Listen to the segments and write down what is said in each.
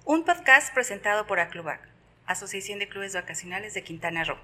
Un podcast presentado por Aclubac, Asociación de Clubes Vacacionales de Quintana Roo.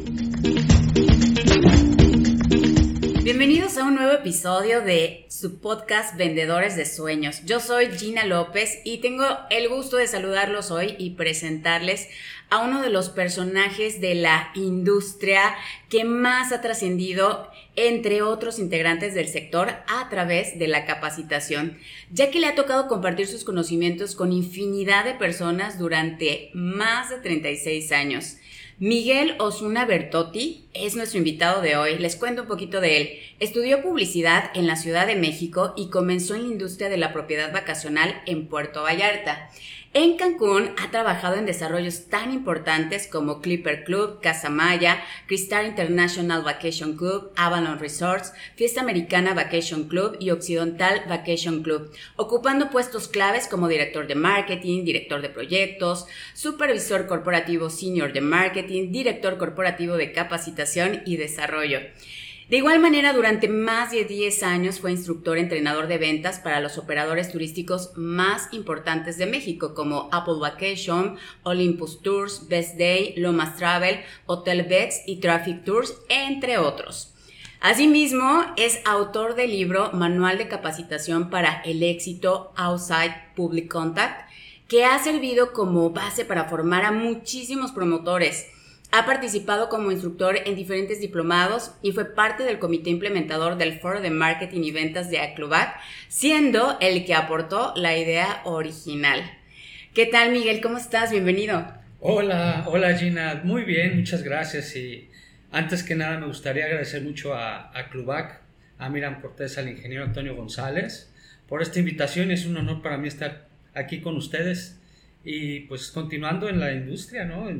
Bienvenidos a un nuevo episodio de su podcast Vendedores de Sueños. Yo soy Gina López y tengo el gusto de saludarlos hoy y presentarles a uno de los personajes de la industria que más ha trascendido entre otros integrantes del sector a través de la capacitación, ya que le ha tocado compartir sus conocimientos con infinidad de personas durante más de 36 años. Miguel Osuna Bertotti es nuestro invitado de hoy. Les cuento un poquito de él. Estudió publicidad en la Ciudad de México y comenzó en la industria de la propiedad vacacional en Puerto Vallarta. En Cancún ha trabajado en desarrollos tan importantes como Clipper Club, Casa Maya, Cristal International Vacation Club, Avalon Resorts, Fiesta Americana Vacation Club y Occidental Vacation Club, ocupando puestos claves como director de marketing, director de proyectos, supervisor corporativo senior de marketing, director corporativo de capacitación y desarrollo. De igual manera, durante más de 10 años fue instructor-entrenador de ventas para los operadores turísticos más importantes de México, como Apple Vacation, Olympus Tours, Best Day, Lomas Travel, Hotel Bex y Traffic Tours, entre otros. Asimismo, es autor del libro Manual de Capacitación para el Éxito Outside Public Contact, que ha servido como base para formar a muchísimos promotores. Ha participado como instructor en diferentes diplomados y fue parte del comité implementador del Foro de Marketing y Ventas de Aclubac, siendo el que aportó la idea original. ¿Qué tal, Miguel? ¿Cómo estás? Bienvenido. Hola Gina, muy bien, muchas gracias. Y antes que nada me gustaría agradecer mucho a Aclubac, a Miriam Cortés, al ingeniero Antonio González por esta invitación. Es un honor para mí estar aquí con ustedes y pues continuando en la industria, ¿no?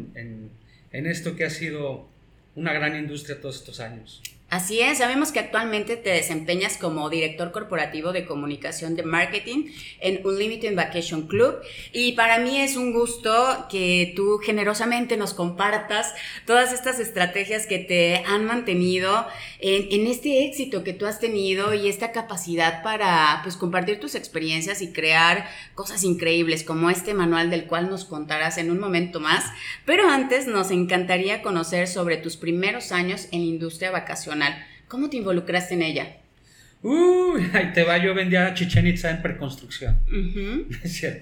En esto que ha sido una gran industria todos estos años. Así es, sabemos que actualmente te desempeñas como director corporativo de comunicación de marketing en Unlimited Vacation Club y para mí es un gusto que tú generosamente nos compartas todas estas estrategias que te han mantenido en este éxito que tú has tenido y esta capacidad para pues compartir tus experiencias y crear cosas increíbles como este manual del cual nos contarás en un momento más, pero antes nos encantaría conocer sobre tus primeros años en la industria vacacional. ¿Cómo te involucraste en ella? Ahí te va, yo vendía Chichén Itzá en preconstrucción. Es cierto.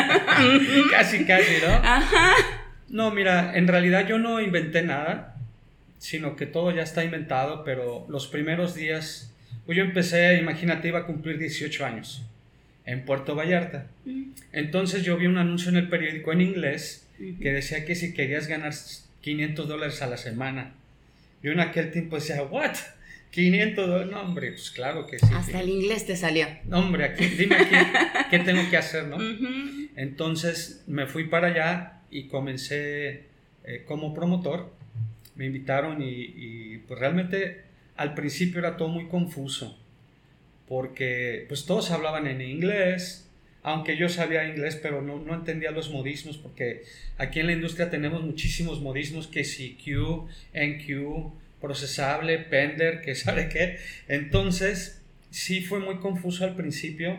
Casi, ¿no? Ajá. No, mira, en realidad yo no inventé nada, sino que todo ya está inventado, pero los primeros días, pues yo empecé, imagínate, iba a cumplir 18 años en Puerto Vallarta. Entonces yo vi un anuncio en el periódico en inglés que decía que si querías ganar $500 a la semana. Yo en aquel tiempo decía, ¿what? $500, no hombre, pues claro que sí. Hasta el inglés te salió. No hombre, dime aquí, ¿qué tengo que hacer, no? Entonces me fui para allá y comencé como promotor. Me invitaron y pues realmente al principio era todo muy confuso, porque pues todos hablaban en inglés, aunque yo sabía inglés, pero no entendía los modismos, porque aquí en la industria tenemos muchísimos modismos, que si Q, NQ, procesable, pender, que sabe qué. Entonces sí fue muy confuso al principio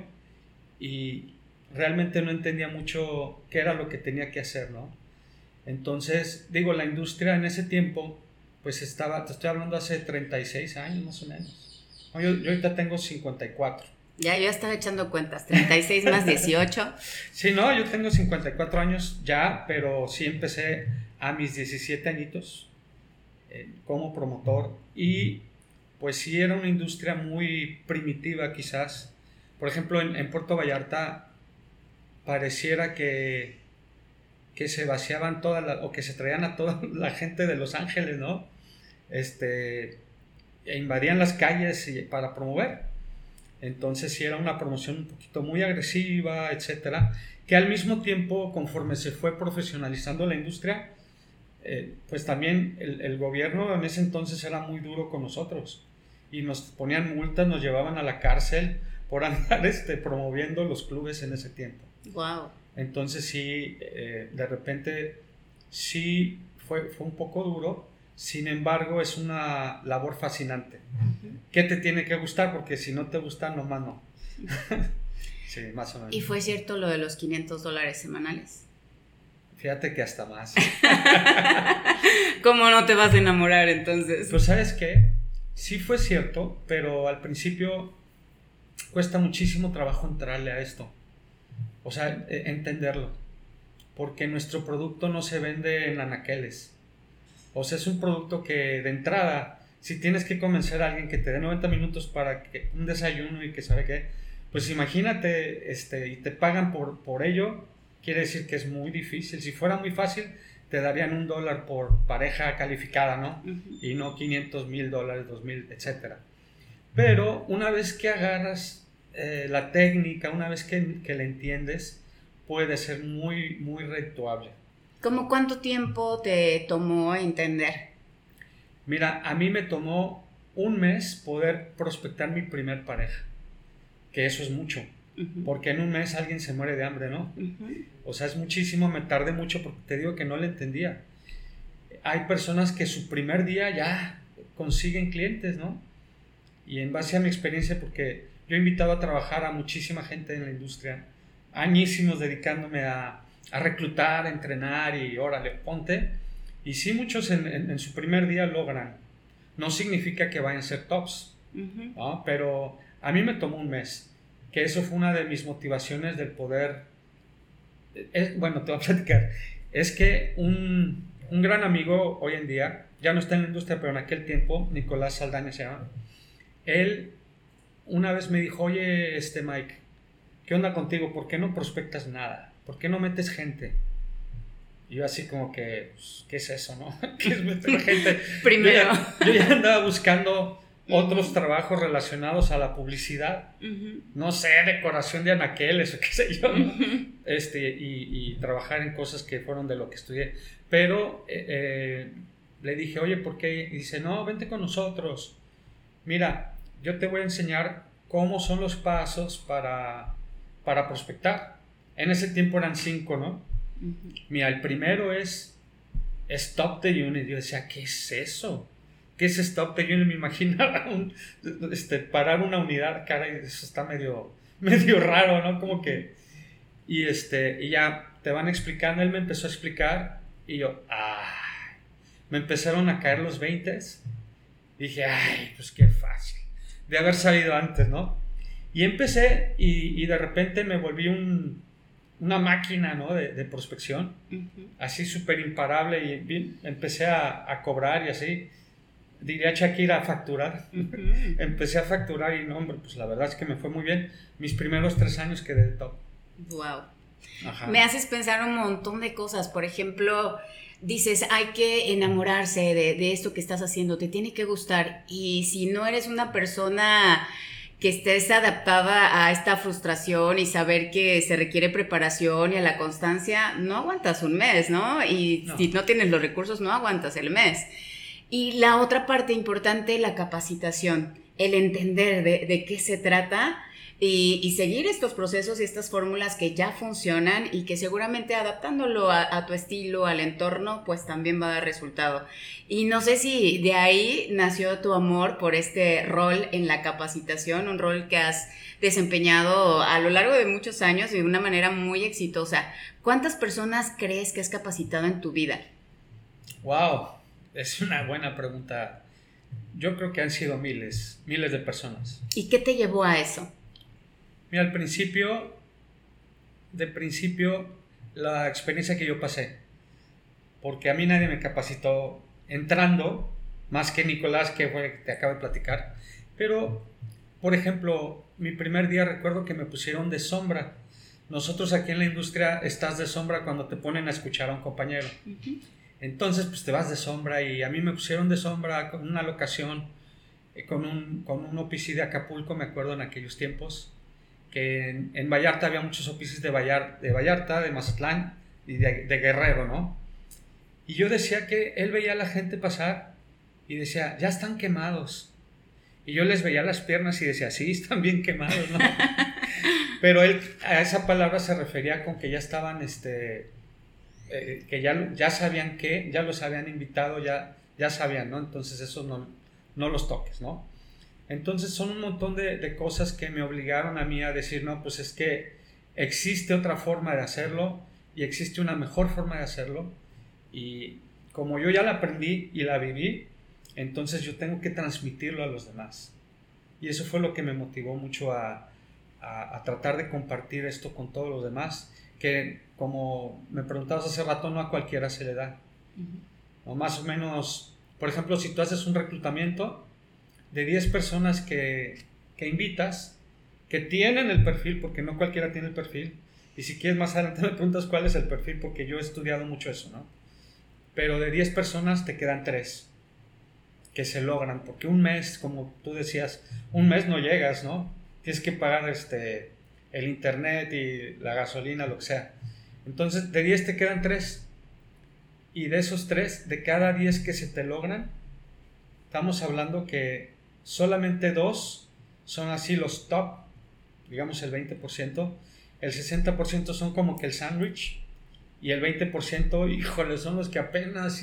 y realmente no entendía mucho qué era lo que tenía que hacer, ¿no? Entonces, digo, la industria en ese tiempo, pues te estoy hablando hace 36 años más o menos. Yo ahorita tengo 54. Ya, yo estaba echando cuentas, 36 más 18. Sí, no, yo tengo 54 años ya, pero sí empecé a mis 17 añitos como promotor y pues sí era una industria muy primitiva quizás. Por ejemplo, en Puerto Vallarta pareciera que se vaciaban o que se traían a toda la gente de Los Ángeles, ¿no? E invadían las calles para promover. Entonces sí era una promoción un poquito muy agresiva, etcétera, que al mismo tiempo, conforme se fue profesionalizando la industria, pues también el gobierno en ese entonces era muy duro con nosotros y nos ponían multas, nos llevaban a la cárcel por andar promoviendo los clubes en ese tiempo. Wow. Entonces sí, de repente sí fue un poco duro. Sin embargo, es una labor fascinante. ¿Qué te tiene que gustar? Porque si no te gusta, nomás no. Sí, más o menos. ¿Y fue cierto lo de los $500 semanales? Fíjate que hasta más. ¿Cómo no te vas a enamorar entonces? Pues ¿sabes qué? Sí fue cierto, pero al principio cuesta muchísimo trabajo entrarle a esto. O sea, entenderlo. Porque nuestro producto no se vende en anaqueles. O sea, es un producto que de entrada, si tienes que convencer a alguien que te dé 90 minutos para que un desayuno y que sabe qué, pues imagínate, y te pagan por ello, quiere decir que es muy difícil. Si fuera muy fácil, te darían $1 por pareja calificada, ¿no? Uh-huh. Y no 500, $1,000, 2,000, etc. Pero una vez que agarras la técnica, una vez que la entiendes, puede ser muy, muy redituable. ¿Cómo cuánto tiempo te tomó entender? Mira, a mí me tomó un mes poder prospectar mi primer pareja, que eso es mucho. Uh-huh. Porque en un mes alguien se muere de hambre, ¿no? Uh-huh. O sea, es muchísimo, me tardé mucho porque te digo que no le entendía. Hay personas que su primer día ya consiguen clientes, ¿no? Y en base a mi experiencia, porque yo he invitado a trabajar a muchísima gente en la industria, añísimos dedicándome a reclutar, a entrenar y órale, ponte. Y sí, muchos en su primer día logran. No significa que vayan a ser tops, uh-huh, ¿no? Pero a mí me tomó un mes. Que eso fue una de mis motivaciones del poder. Bueno, te voy a platicar. Es que un gran amigo hoy en día, ya no está en la industria, pero en aquel tiempo, Nicolás Saldaña se llama, él una vez me dijo, oye, Mike, ¿qué onda contigo? ¿Por qué no prospectas nada? ¿Por qué no metes gente? Y yo así como que, pues, ¿qué es eso, no? ¿Qué es meter gente? Primero. Yo ya andaba buscando otros trabajos relacionados a la publicidad, uh-huh, no sé, decoración de anaqueles o qué sé yo, ¿no? Uh-huh. Y trabajar en cosas que fueron de lo que estudié. Pero le dije, oye, ¿por qué? Y dice, no, vente con nosotros. Mira, yo te voy a enseñar cómo son los pasos para prospectar. En ese tiempo eran 5, ¿no? Uh-huh. Mira, el primero es Stop the Unit. Yo decía, ¿qué es eso? ¿Qué es Stop the Unit? Me imaginaba parar una unidad, cara, y eso está medio raro, ¿no? Como que... Y ya te van explicando, él me empezó a explicar y yo, me empezaron a caer los 20s. Dije, pues qué fácil, de haber sabido antes, ¿no? Y empecé y de repente me volví una máquina, ¿no? de prospección, uh-huh, así súper imparable, y empecé a cobrar y así. Diría Shakira, a facturar. Uh-huh. Empecé a facturar y no, hombre, pues la verdad es que me fue muy bien. Mis primeros 3 años quedé de top. Wow. Ajá. Me haces pensar un montón de cosas. Por ejemplo, dices, hay que enamorarse de esto que estás haciendo, te tiene que gustar. Y si no eres una persona que estés adaptada a esta frustración y saber que se requiere preparación y a la constancia, no aguantas un mes, ¿no? Y no, si no tienes los recursos, no aguantas el mes. Y la otra parte importante, la capacitación, el entender de qué se trata y seguir estos procesos y estas fórmulas que ya funcionan y que seguramente adaptándolo a tu estilo, al entorno, pues también va a dar resultado. Y no sé si de ahí nació tu amor por este rol en la capacitación, un rol que has desempeñado a lo largo de muchos años y de una manera muy exitosa. ¿Cuántas personas crees que has capacitado en tu vida? ¡Wow! Es una buena pregunta. Yo creo que han sido miles de personas. ¿Y qué te llevó a eso? Mira, al principio, la experiencia que yo pasé, porque a mí nadie me capacitó entrando, más que Nicolás, que fue que te acabo de platicar, pero, por ejemplo, mi primer día recuerdo que me pusieron de sombra. Nosotros aquí en la industria estás de sombra cuando te ponen a escuchar a un compañero. Uh-huh. Entonces, pues te vas de sombra y a mí me pusieron de sombra con una locación, con un OPC de Acapulco, me acuerdo en aquellos tiempos, que en Vallarta había muchos OPCs de Vallarta, de Mazatlán y de Guerrero, ¿no? Y yo decía que él veía a la gente pasar y decía, ya están quemados. Y yo les veía las piernas y decía, sí, están bien quemados, ¿no? Pero él a esa palabra se refería con que ya estaban, que ya sabían que, ya los habían invitado, ya sabían, ¿no? Entonces eso no los toques, ¿no? Entonces son un montón de cosas que me obligaron a mí a decir, no, pues es que existe otra forma de hacerlo y existe una mejor forma de hacerlo, y como yo ya la aprendí y la viví, entonces yo tengo que transmitirlo a los demás. Y eso fue lo que me motivó mucho a tratar de compartir esto con todos los demás, que como me preguntabas hace rato, no a cualquiera se le da. O más o menos, por ejemplo, si tú haces un reclutamiento de 10 personas que invitas, que tienen el perfil, porque no cualquiera tiene el perfil, y si quieres más adelante me preguntas cuál es el perfil, porque yo he estudiado mucho eso, ¿no? Pero de 10 personas te quedan 3 que se logran, porque un mes, como tú decías, un mes no llegas, ¿no? Tienes que pagar el internet y la gasolina, lo que sea. Entonces, de 10 te quedan 3, y de esos 3, de cada 10 que se te logran, estamos hablando que solamente 2 son así los top, digamos el 20%, el 60% son como que el sándwich, y el 20%, híjole, son los que apenas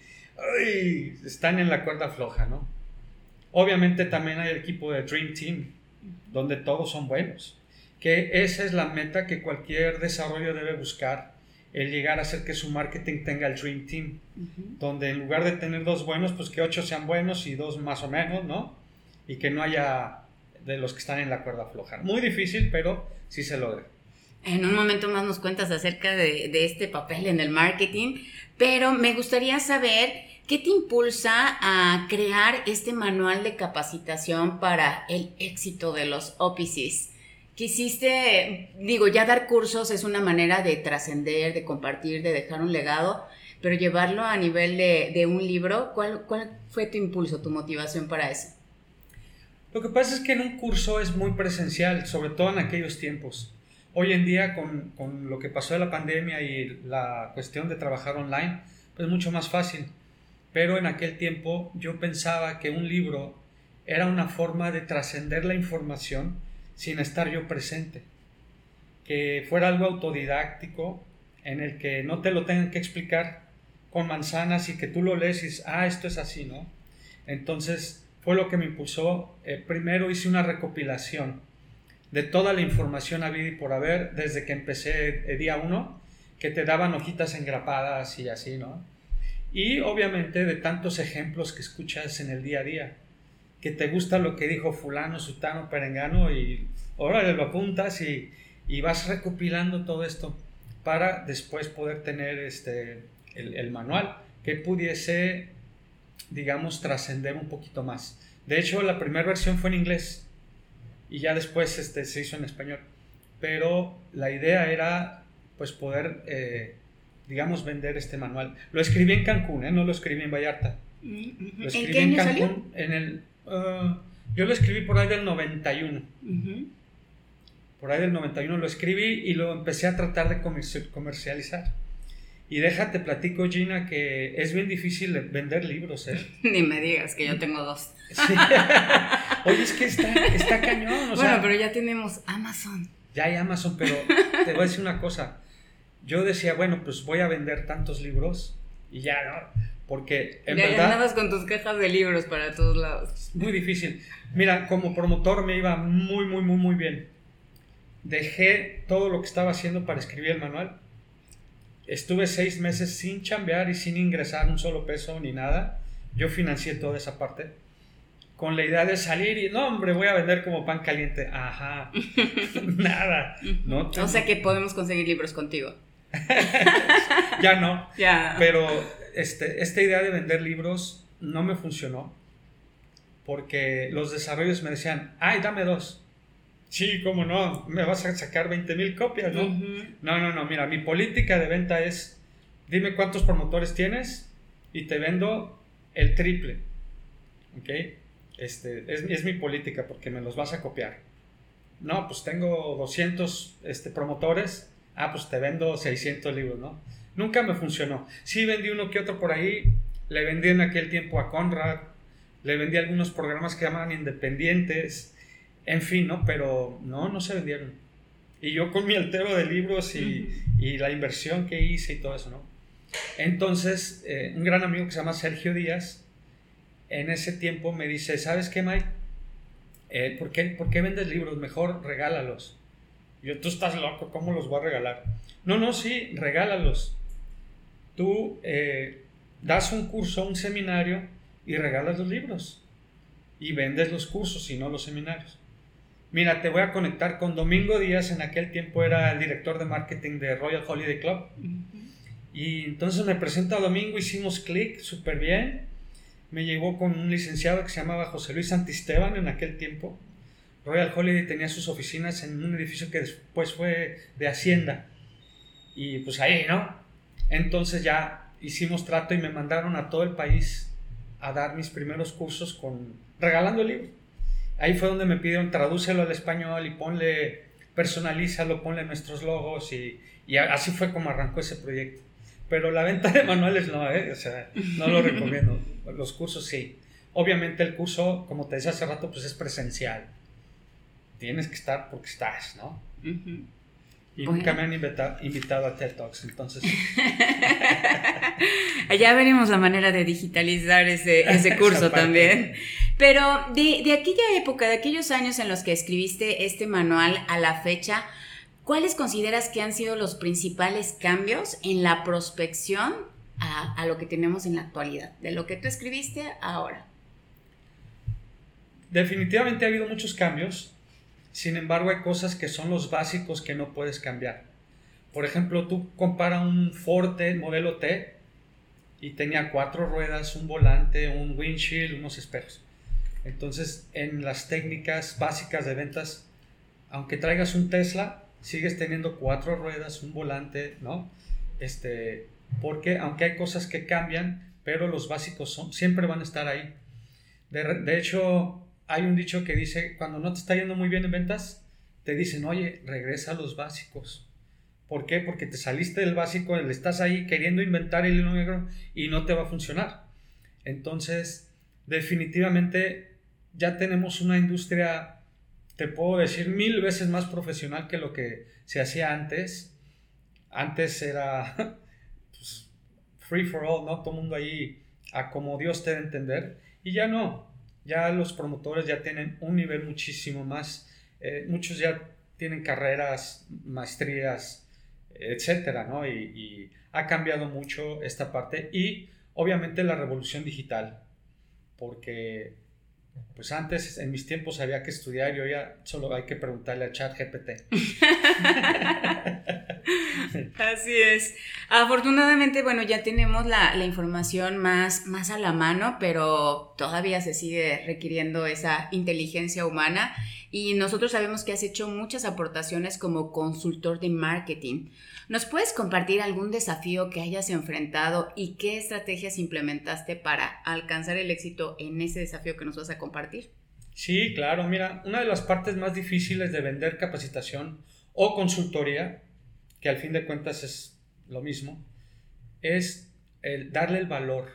están en la cuerda floja, ¿no? Obviamente también hay el equipo de Dream Team, donde todos son buenos, que esa es la meta que cualquier desarrollo debe buscar, el llegar a hacer que su marketing tenga el Dream Team, donde en lugar de tener 2 buenos, pues que 8 sean buenos y 2 más o menos, ¿no? Y que no haya de los que están en la cuerda floja. Muy difícil, pero sí se logra. En un momento más nos cuentas acerca de este papel en el marketing, pero me gustaría saber qué te impulsa a crear este manual de capacitación para el éxito de los OPCs. Quisiste, ya dar cursos es una manera de trascender, de compartir, de dejar un legado, pero llevarlo a nivel de un libro, ¿cuál fue tu impulso, tu motivación para eso? Lo que pasa es que en un curso es muy presencial, sobre todo en aquellos tiempos. Hoy en día, con lo que pasó de la pandemia y la cuestión de trabajar online, pues es mucho más fácil. Pero en aquel tiempo yo pensaba que un libro era una forma de trascender la información sin estar yo presente. Que fuera algo autodidáctico, en el que no te lo tengan que explicar con manzanas y que tú lo lees y dices, esto es así, ¿no? Entonces fue lo que me impulsó. Primero hice una recopilación de toda la información habida y por haber desde que empecé el día 1, que te daban hojitas engrapadas y así, ¿no? Y obviamente de tantos ejemplos que escuchas en el día a día, que te gusta lo que dijo fulano, sutano, perengano, y órale, lo apuntas y vas recopilando todo esto para después poder tener el manual que pudiese, digamos, trascender un poquito más. De hecho, la primera versión fue en inglés y ya después se hizo en español, pero la idea era pues poder digamos vender este manual. Lo escribí en Cancún, no lo escribí en Vallarta. Lo escribí ¿En qué año Cancún, salió? Yo lo escribí por ahí del 91. Por ahí del 91 lo escribí y lo empecé a tratar de comercializar. Y déjate platico, Gina, que es bien difícil vender libros, Ni me digas que yo tengo 2. Sí. Oye, es que está cañón. Bueno, pero ya tenemos Amazon. Ya hay Amazon, pero te voy a decir una cosa. Yo decía, bueno, pues voy a vender tantos libros y ya, ¿no? Porque en verdad... Ya andabas con tus cajas de libros para todos lados. Muy difícil. Mira, como promotor me iba muy, muy, muy, muy bien. Dejé todo lo que estaba haciendo para escribir el manual. Estuve 6 meses sin chambear y sin ingresar un solo peso ni nada. Yo financié toda esa parte con la idea de salir y no, hombre, voy a vender como pan caliente. Ajá, nada. No, o sea que podemos conseguir libros contigo. Ya no. Ya. Pero esta idea de vender libros no me funcionó porque los desarrollos me decían, dame 2. Sí, cómo no, me vas a sacar 20,000 copias, ¿no? No, mira, mi política de venta es, dime cuántos promotores tienes y te vendo el triple, ¿ok? Es mi política porque me los vas a copiar. No, pues tengo 200 promotores, pues te vendo 600 libros, ¿no? Nunca me funcionó. Sí vendí uno que otro por ahí, le vendí en aquel tiempo a Conrad, le vendí algunos programas que llamaban independientes, en fin, ¿no? Pero no se vendieron. Y yo con mi altero de libros y la inversión que hice y todo eso, ¿no? Entonces, un gran amigo que se llama Sergio Díaz, en ese tiempo me dice, ¿sabes qué, Mike? ¿por qué vendes libros? Mejor regálalos. Yo, tú estás loco, ¿cómo los voy a regalar? No, sí, regálalos. Tú das un curso, un seminario y regalas los libros. Y vendes los cursos y no los seminarios. Mira, te voy a conectar con Domingo Díaz, en aquel tiempo era el director de marketing de Royal Holiday Club. Y entonces me presenta a Domingo, hicimos clic súper bien. Me llevó con un licenciado que se llamaba José Luis Santisteban en aquel tiempo. Royal Holiday tenía sus oficinas en un edificio que después fue de Hacienda. Y pues ahí, ¿no? Entonces ya hicimos trato y me mandaron a todo el país a dar mis primeros cursos regalando el libro. Ahí fue donde me pidieron tradúcelo al español y personalízalo, ponle nuestros logos y así fue como arrancó ese proyecto. Pero la venta de manuales no, o sea, no lo recomiendo. Los cursos sí. Obviamente el curso, como te decía hace rato, pues es presencial. Tienes que estar porque estás, ¿no? Uh-huh. Y bueno, nunca me han invitado a TED Talks, entonces... Ya veremos la manera de digitalizar ese curso también. Pero de aquella época, de aquellos años en los que escribiste este manual a la fecha, ¿cuáles consideras que han sido los principales cambios en la prospección a lo que tenemos en la actualidad? De lo que tú escribiste ahora. Definitivamente ha habido muchos cambios. Sin embargo, hay cosas que son los básicos que no puedes cambiar. Por ejemplo, tú compara un Forte modelo T y tenía 4 ruedas, un volante, un windshield, unos espejos. Entonces, en las técnicas básicas de ventas, aunque traigas un Tesla, sigues teniendo 4 ruedas, un volante, ¿no? Porque aunque hay cosas que cambian, pero los básicos siempre van a estar ahí. De hecho, hay un dicho que dice, cuando no te está yendo muy bien en ventas, te dicen, oye, regresa a los básicos. ¿Por qué? Porque te saliste del básico, le estás ahí queriendo inventar el hilo negro y no te va a funcionar. Entonces, definitivamente ya tenemos una industria, te puedo decir, 1000 veces más profesional que lo que se hacía antes. Antes era pues, free for all, ¿no? Todo el mundo ahí a como Dios te dé a entender. Y ya no. Ya los promotores ya tienen un nivel muchísimo más, muchos ya tienen carreras, maestrías, etcétera, ¿no? Y ha cambiado mucho esta parte y obviamente la revolución digital, porque pues antes en mis tiempos había que estudiar y hoy ya solo hay que preguntarle a ChatGPT. Así es. Afortunadamente, bueno, ya tenemos la información más a la mano, pero todavía se sigue requiriendo esa inteligencia humana y nosotros sabemos que has hecho muchas aportaciones como consultor de marketing. ¿Nos puedes compartir algún desafío que hayas enfrentado y qué estrategias implementaste para alcanzar el éxito en ese desafío que nos vas a compartir? Sí, claro. Mira, una de las partes más difíciles de vender capacitación o consultoría, que al fin de cuentas es lo mismo, es darle el valor,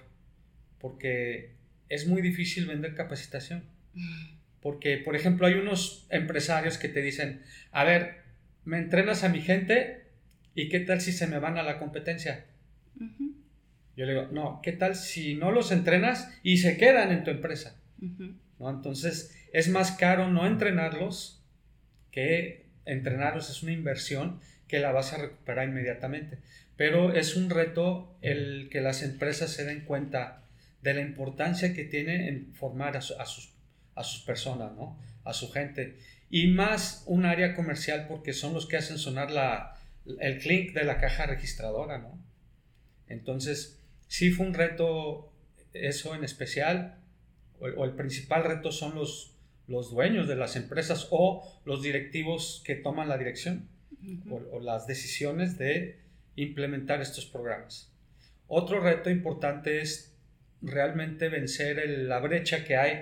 porque es muy difícil vender capacitación. Porque, por ejemplo, hay unos empresarios que te dicen, a ver, me entrenas a mi gente y ¿qué tal si se me van a la competencia? Uh-huh. Yo le digo, no, ¿qué tal si no los entrenas y se quedan en tu empresa? Uh-huh. ¿No? Entonces, es más caro no entrenarlos que entrenarlos, es una inversión que la vas a recuperar inmediatamente. Pero es un reto el que las empresas se den cuenta de la importancia que tiene en formar a sus personas, ¿no? A su gente. Y más un área comercial porque son los que hacen sonar el clink de la caja registradora, ¿no? Entonces, sí fue un reto eso en especial, o el principal reto son los dueños de las empresas o los directivos que toman la dirección o las decisiones de implementar estos programas. Otro reto importante es realmente vencer la brecha que hay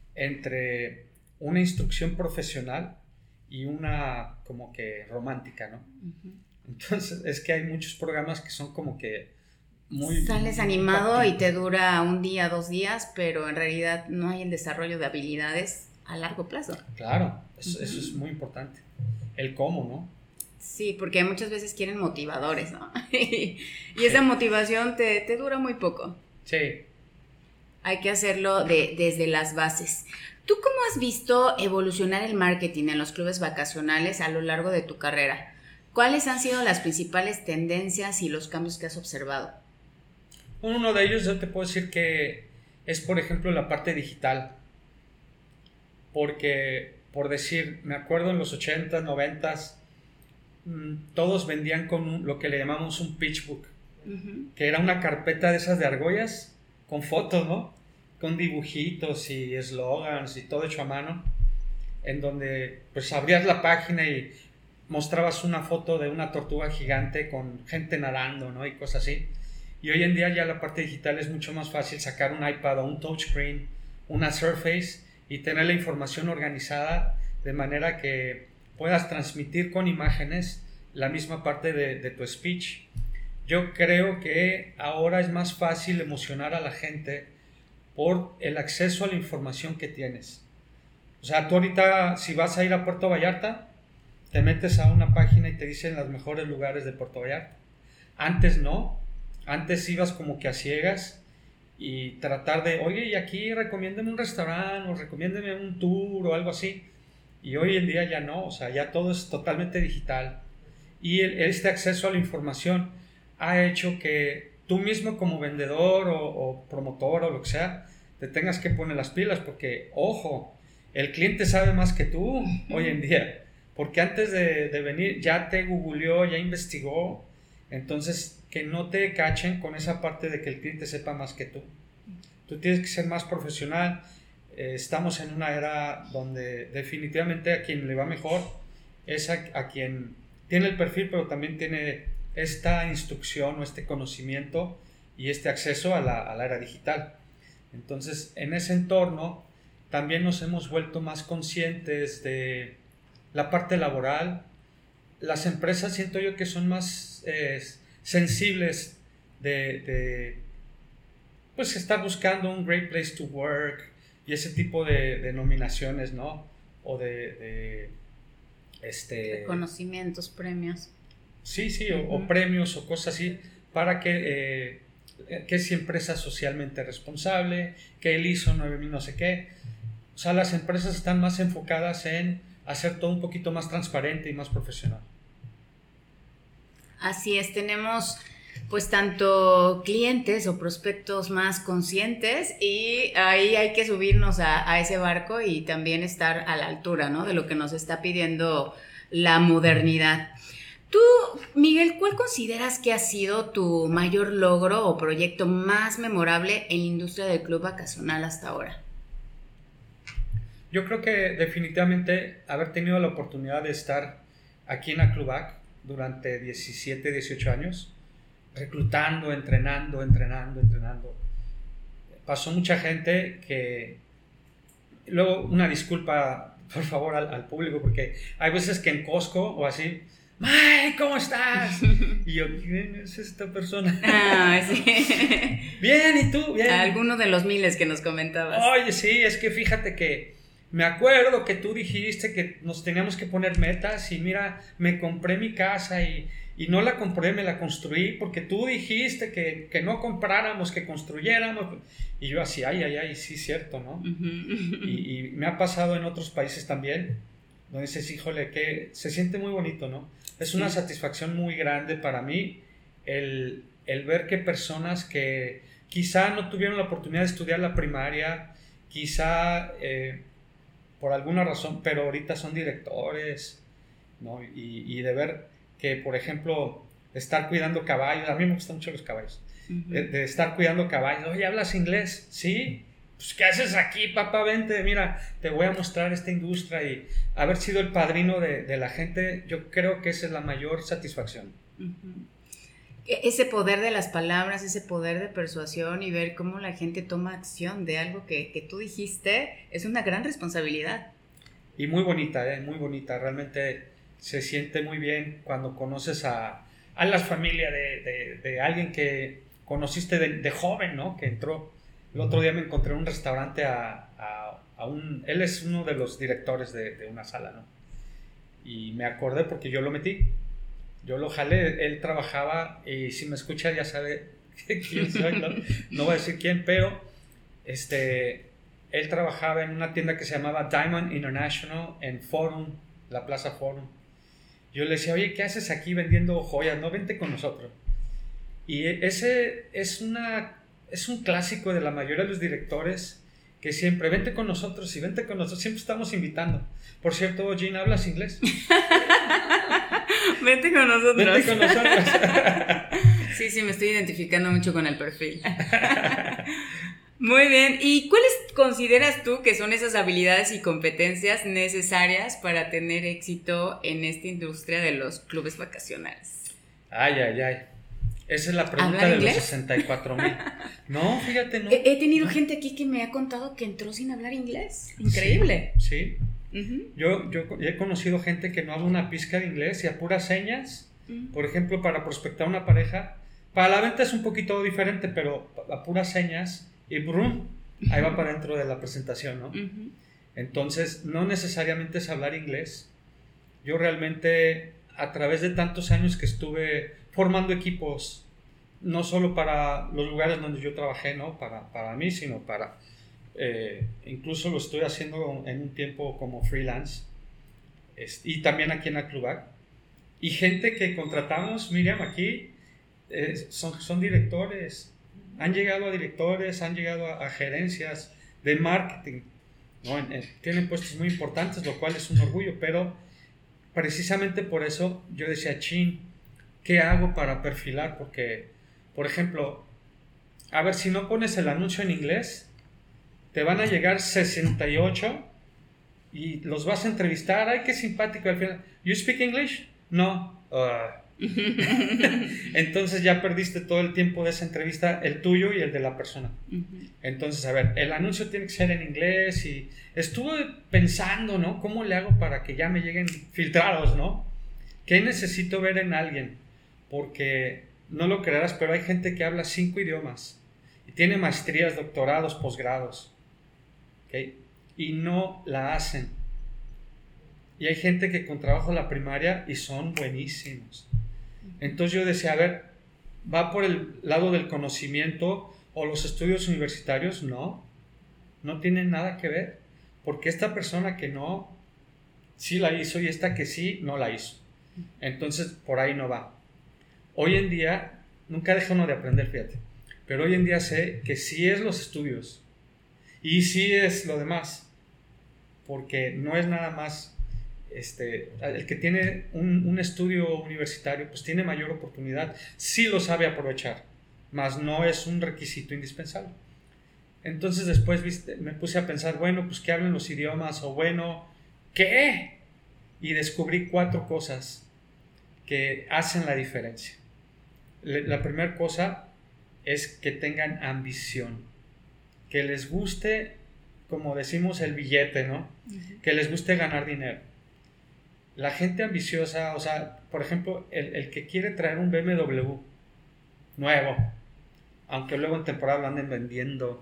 entre una instrucción profesional y una como que romántica, ¿no? Uh-huh. Entonces es que hay muchos programas que son como que sales animado y te dura un día, 2 días, pero en realidad no hay el desarrollo de habilidades a largo plazo. Claro, eso es muy importante. El cómo, ¿no? Sí, porque muchas veces quieren motivadores, ¿no? Y esa motivación te dura muy poco. Sí. hay que hacerlo desde las bases. ¿Tú cómo has visto evolucionar el marketing en los clubes vacacionales a lo largo de tu carrera? ¿Cuáles han sido las principales tendencias y los cambios que has observado? Uno de ellos yo te puedo decir que es, por ejemplo, la parte digital. Porque, por decir, me acuerdo en los 80s, 90s, todos vendían con lo que le llamamos un pitch book, que era una carpeta de esas de argollas con fotos, ¿no? Con dibujitos y eslogans y todo hecho a mano, en donde pues abrías la página y mostrabas una foto de una tortuga gigante con gente nadando, ¿no? Y cosas así. Y hoy en día ya la parte digital es mucho más fácil sacar un iPad o un touchscreen, una Surface y tener la información organizada de manera que puedas transmitir con imágenes la misma parte de tu speech. Yo creo que ahora es más fácil emocionar a la gente por el acceso a la información que tienes. O sea, tú ahorita si vas a ir a Puerto Vallarta, te metes a una página y te dicen los mejores lugares de Puerto Vallarta. Antes no, antes ibas como que a ciegas y tratar de, oye, y aquí recomiéndeme un restaurante o recomiéndeme un tour o algo así. Y hoy en día ya no, o sea, ya todo es totalmente digital. Y este acceso a la información ha hecho que tú mismo como vendedor o promotor o lo que sea, te tengas que poner las pilas porque, ojo, el cliente sabe más que tú hoy en día. Porque antes de venir ya te googleó, ya investigó. Entonces, que no te cachen con esa parte de que el cliente sepa más que tú. Tú tienes que ser más profesional. Estamos en una era donde definitivamente a quien le va mejor es a quien tiene el perfil, pero también tiene esta instrucción o este conocimiento y este acceso a la era digital. Entonces, en ese entorno también nos hemos vuelto más conscientes de la parte laboral. Las empresas siento yo que son más sensibles de pues estar buscando un great place to work y ese tipo de nominaciones, ¿no? O de reconocimientos, premios. Sí, o premios o cosas así para que es empresa socialmente responsable, que el ISO 9000 no sé qué. O sea, las empresas están más enfocadas en hacer todo un poquito más transparente y más profesional. Así es, tenemos pues tanto clientes o prospectos más conscientes y ahí hay que subirnos a ese barco y también estar a la altura, ¿no? De lo que nos está pidiendo la modernidad. Tú, Miguel, ¿cuál consideras que ha sido tu mayor logro o proyecto más memorable en la industria del club vacacional hasta ahora? Yo creo que definitivamente haber tenido la oportunidad de estar aquí en Aclubac durante 17, 18 años, reclutando, entrenando. Pasó mucha gente que... Luego, una disculpa, por favor, al público, porque hay veces que en Costco o así... ¡Ay, ¿cómo estás? Y yo, ¿quién es esta persona? Ah, sí. Bien, ¿y tú? Bien. Alguno de los miles que nos comentabas. Oye, sí, es que fíjate que me acuerdo que tú dijiste que nos teníamos que poner metas y mira, me compré mi casa y no la compré, me la construí porque tú dijiste que no compráramos, que construyéramos. Y yo así, ay, sí, cierto, ¿no? Y me ha pasado en otros países también, donde dices, híjole, que se siente muy bonito, ¿no? Es una satisfacción muy grande para mí el ver que personas que quizá no tuvieron la oportunidad de estudiar la primaria, quizá por alguna razón, pero ahorita son directores, ¿no? Y de ver que, por ejemplo, estar cuidando caballos, a mí me gustan mucho los caballos, de estar cuidando caballos, oye, ¿hablas inglés? Sí. Pues, ¿qué haces aquí, papá? Vente, mira, te voy a mostrar esta industria y haber sido el padrino de la gente, yo creo que esa es la mayor satisfacción. Ese poder de las palabras, ese poder de persuasión y ver cómo la gente toma acción de algo que tú dijiste, es una gran responsabilidad. Y muy bonita, muy bonita, realmente se siente muy bien cuando conoces a la familia de alguien que conociste de joven, ¿no? Que entró. El otro día me encontré en un restaurante él es uno de los directores de una sala, ¿no? Y me acordé porque yo lo metí, yo lo jalé, él trabajaba y si me escucha ya sabe quién soy, ¿no? No voy a decir quién, pero él trabajaba en una tienda que se llamaba Diamond International en Forum, la Plaza Forum. Yo le decía, oye, ¿qué haces aquí vendiendo joyas? No, vente con nosotros. Y ese es un clásico de la mayoría de los directores, que siempre, vente con nosotros y vente con nosotros, siempre estamos invitando. Por cierto, Gina, ¿hablas inglés? Vente con nosotros. Vente con nosotros. Sí, me estoy identificando mucho con el perfil. Muy bien, ¿y cuáles consideras tú que son esas habilidades y competencias necesarias para tener éxito en esta industria de los clubes vacacionales? Ay. Esa es la pregunta de los 64,000. No, fíjate, no. He tenido gente aquí que me ha contado que entró sin hablar inglés. Increíble. Sí. Yo he conocido gente que no habla una pizca de inglés y a puras señas, por ejemplo, para prospectar una pareja. Para la venta es un poquito diferente, pero a puras señas y brum, ahí va para dentro de la presentación, ¿no? Entonces, no necesariamente es hablar inglés. Yo realmente, a través de tantos años que estuve formando equipos, no solo para los lugares donde yo trabajé, ¿no? Para mí, sino para... incluso lo estoy haciendo en un tiempo como freelance, y también aquí en Aclubac. Y gente que contratamos, Miriam, aquí, son directores, han llegado a directores, han llegado a gerencias de marketing, ¿no? Tienen puestos muy importantes, lo cual es un orgullo, pero precisamente por eso yo decía, chin, ¿qué hago para perfilar? Porque, por ejemplo, a ver, si no pones el anuncio en inglés, te van a llegar 68 y los vas a entrevistar. Ay, qué simpático. Al final, ¿you speak English? No. Entonces ya perdiste todo el tiempo de esa entrevista, el tuyo y el de la persona. Entonces, a ver, el anuncio tiene que ser en inglés y estuve pensando, ¿no? ¿Cómo le hago para que ya me lleguen filtrados, ¿no? ¿Qué necesito ver en alguien? Porque no lo creerás, pero hay gente que habla 5 idiomas y tiene maestrías, doctorados, posgrados, ¿okay? Y no la hacen. Y hay gente que con trabajo la primaria y son buenísimos. Entonces yo decía, a ver, ¿va por el lado del conocimiento o los estudios universitarios? No tienen nada que ver, porque esta persona que no, sí la hizo, y esta que sí, no la hizo. Entonces por ahí no va. Hoy en día, nunca deja uno de aprender, fíjate, pero hoy en día sé que sí es los estudios y sí es lo demás, porque no es nada más. El que tiene un estudio universitario pues tiene mayor oportunidad, sí lo sabe aprovechar, mas no es un requisito indispensable. Entonces después me puse a pensar, bueno, pues que hablen los idiomas, o bueno, ¿qué? Y descubrí 4 cosas que hacen la diferencia. La primera cosa es que tengan ambición, que les guste, como decimos, el billete, ¿no? Que les guste ganar dinero. La gente ambiciosa, o sea, por ejemplo, el que quiere traer un BMW nuevo, aunque luego en temporada lo anden vendiendo,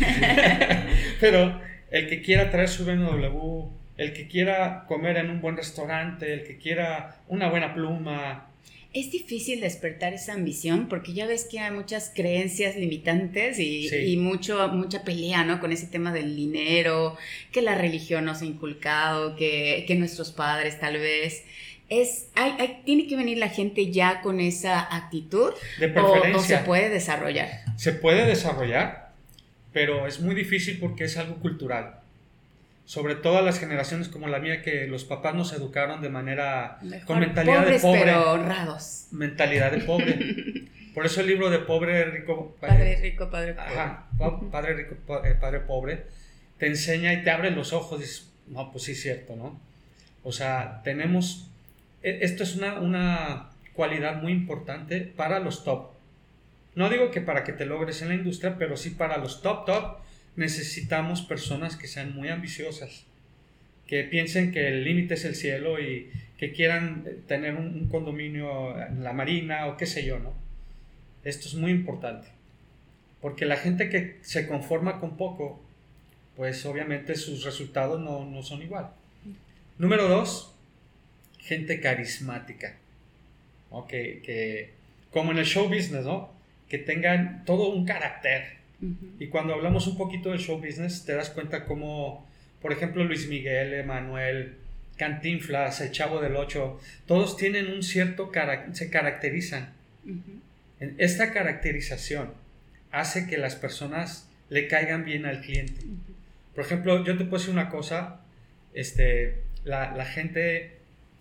pero el que quiera traer su BMW, el que quiera comer en un buen restaurante, el que quiera una buena pluma. Es difícil despertar esa ambición porque ya ves que hay muchas creencias limitantes y mucha pelea, ¿no? Con ese tema del dinero, que la religión nos ha inculcado, que nuestros padres tal vez. Tiene que venir la gente ya con esa actitud, de preferencia, o se puede desarrollar. Se puede desarrollar, pero es muy difícil porque es algo cultural. Sobre todo a las generaciones como la mía, que los papás nos educaron de manera mejor con mentalidad pobres, de pobre, pero honrados. Mentalidad de pobre. Por eso el libro de Pobre Rico, Padre rico, padre pobre. Ajá, Padre Rico, Padre Pobre, te enseña y te abre los ojos y dices, no, pues sí es cierto, ¿no? O sea, esto es una cualidad muy importante para los top. No digo que para que te logres en la industria, pero sí para los top. Necesitamos personas que sean muy ambiciosas, que piensen que el límite es el cielo y que quieran tener un condominio en la marina o qué sé yo, ¿no? Esto es muy importante, porque la gente que se conforma con poco, pues obviamente sus resultados no son igual. Número 2, gente carismática, ¿no? Que como en el show business, ¿no? Que tengan todo un carácter. Y cuando hablamos un poquito del show business, te das cuenta cómo, por ejemplo, Luis Miguel, Emanuel, Cantinflas, el Chavo del Ocho, todos tienen un cierto se caracterizan. Esta caracterización hace que las personas le caigan bien al cliente. Por ejemplo, yo te puedo decir una cosa, la gente